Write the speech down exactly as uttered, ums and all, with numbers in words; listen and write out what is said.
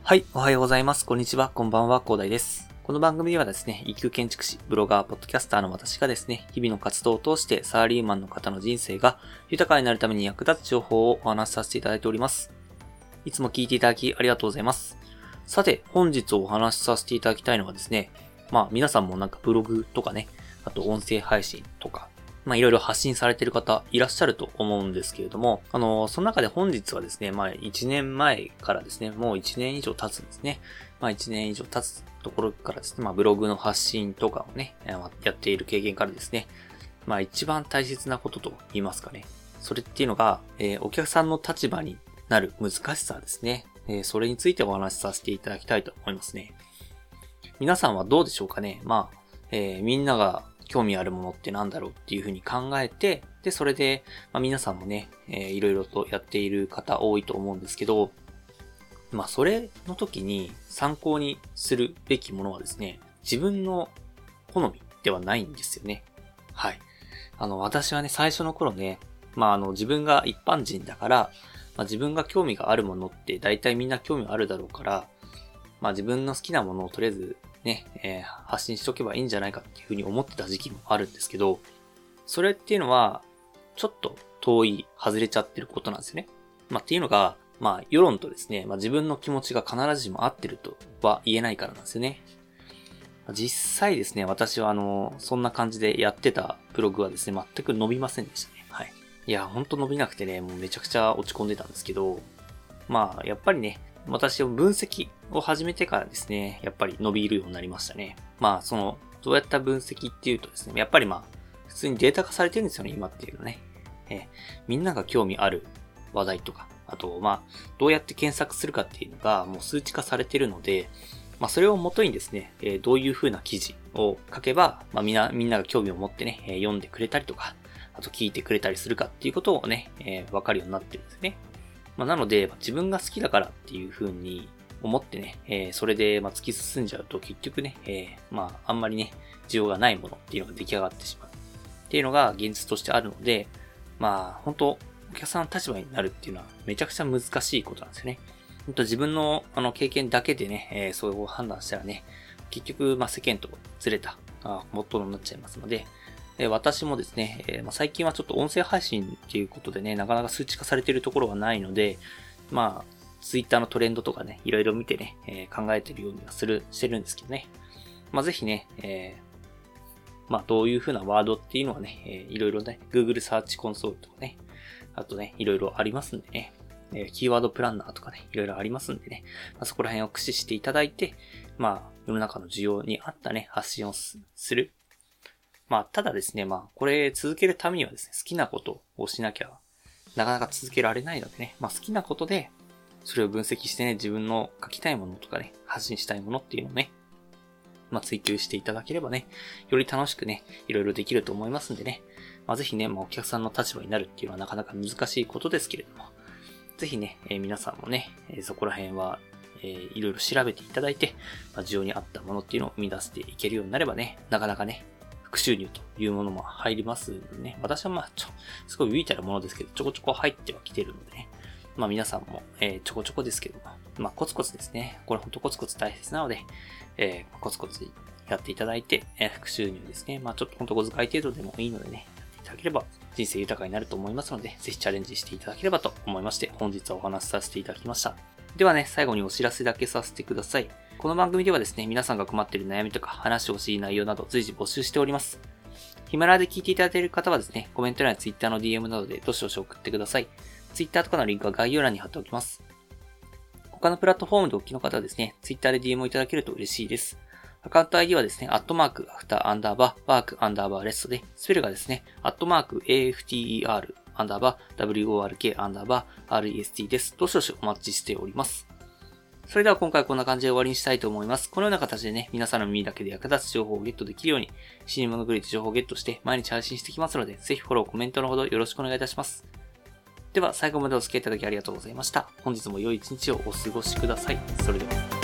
はい、おはようございます。こんにちは、こんばんは、広大です。この番組ではですね、一級建築士、ブロガー、ポッドキャスターの私がですね、日々の活動を通してサラリーマンの方の人生が豊かになるために役立つ情報をお話しさせていただいております。いつも聞いていただきありがとうございます。さて、本日お話しさせていただきたいのはですね、まあ皆さんもなんかブログとかね、あと音声配信とか、まあいろいろ発信されている方いらっしゃると思うんですけれども、あの、その中で本日はですね、まあいちねんまえからですね、もういちねん以上経つんですね。まあいちねん以上経つところからですね、まあブログの発信とかをね、やっている経験からですね、まあ一番大切なことと言いますかね。それっていうのが、えー、お客さんの立場になる難しさですね。えー、それについてお話しさせていただきたいと思いますね。皆さんはどうでしょうかね。まあ、えー、みんなが興味あるものってなんだろうっていうふうに考えて、で、それで、まあ、皆さんもね、えー、いろいろとやっている方多いと思うんですけど、まあ、それの時に参考にするべきものはですね、自分の好みではないんですよね。はい。あの、私はね、最初の頃ね、まあ、あの、自分が一般人だから、まあ、自分が興味があるものって大体みんな興味あるだろうから、まあ、自分の好きなものをとりあえずね、えー、発信しとけばいいんじゃないかっていうふうに思ってた時期もあるんですけど、それっていうのは、ちょっと遠い、外れちゃってることなんですよね。まあっていうのが、まあ世論とですね、まあ自分の気持ちが必ずしも合ってるとは言えないからなんですよね。実際ですね、私はあの、そんな感じでやってたブログはですね、全く伸びませんでしたね。はい。いや、ほんと伸びなくてね、もうめちゃくちゃ落ち込んでたんですけど、まあやっぱりね、私を分析を始めてからですね、やっぱり伸びるようになりましたね。まあ、その、どうやった分析っていうとですね、やっぱりまあ、普通にデータ化されてるんですよね、今っていうのね。えー、みんなが興味ある話題とか、あと、まあ、どうやって検索するかっていうのがもう数値化されてるので、まあ、それをもとにですね、えー、どういう風な記事を書けば、まあ、みんな、みんなが興味を持ってね、えー、読んでくれたりとか、あと聞いてくれたりするかっていうことをね、えー、わかるようになってるんですね。まあ、なので、自分が好きだからっていう風に思ってね、えー、それでまあ突き進んじゃうと結局ね、えー、まああんまりね、需要がないものっていうのが出来上がってしまうっていうのが現実としてあるので、まあ本当お客さんの立場になるっていうのはめちゃくちゃ難しいことなんですよね。本当自分のあの経験だけでね、えー、そう判断したらね、結局まあ世間とずれたあモットーになっちゃいますので、えー、私もですね、えーまあ、最近はちょっと音声配信っていうことでね、なかなか数値化されているところはないので、まあツイッターのトレンドとかね、いろいろ見てね、えー、考えてるようにはする、してるんですけどね。まあ、ぜひね、えー、まあ、どういう風なワードっていうのはね、えー、いろいろね、Google サーチコンソールとかね、あとね、いろいろありますんでね、えー、キーワードプランナーとかね、いろいろありますんでね、まあ、そこら辺を駆使していただいて、まあ、世の中の需要に合ったね、発信をする。まあ、ただですね、まあ、これ続けるためにはですね、好きなことをしなきゃ、なかなか続けられないのでね、まあ、好きなことで、それを分析してね、自分の書きたいものとかね、発信したいものっていうのをね、まあ、追求していただければね、より楽しくね、いろいろできると思いますんでね、まあ、ぜひね、まあ、お客さんの立場になるっていうのはなかなか難しいことですけれども、ぜひね、えー、皆さんもね、えー、そこら辺は、えー、いろいろ調べていただいて、まあ、需要に合ったものっていうのを生み出していけるようになればね、なかなかね、副収入というものも入りますのでね、私はまあ、ちょ、すごい浮いたるものですけど、ちょこちょこ入ってはきてるのでね、まあ皆さんも、えー、ちょこちょこですけども、まあコツコツですね。これほんとコツコツ大切なので、えー、コツコツやっていただいて、えー、副収入ですね。まあちょっとほんと小遣い程度でもいいのでね、やっていただければ人生豊かになると思いますので、ぜひチャレンジしていただければと思いまして、本日はお話しさせていただきました。ではね、最後にお知らせだけさせてください。この番組ではですね、皆さんが困っている悩みとか話してほしい内容など随時募集しております。ヒマラヤで聞いていただいている方はですね、コメント欄や Twitter の ディーエム などでどしどし送ってください。Twitter とかのリンクは概要欄に貼っておきます。他のプラットフォームでお聞きの方はですね、Twitter で ディーエム をいただけると嬉しいです。アカウント アイディー はですね、アットマーク、アフターアンダーバー、ワークアンダーバーレストで、スペルがですね、アットマーク、エーエフティーイーアール、アンダーバー、ダブリューオーアールケー アンダーバー、アールイーエスティー です。どしどしお待ちしております。それでは今回こんな感じで終わりにしたいと思います。このような形でね、皆さんの耳だけで役立つ情報をゲットできるように、死に物狂いと情報をゲットして毎日配信していきますので、ぜひフォロー、コメントのほどよろしくお願いいたします。では最後までお付き合いいただきありがとうございました。本日も良い一日をお過ごしください。それでは。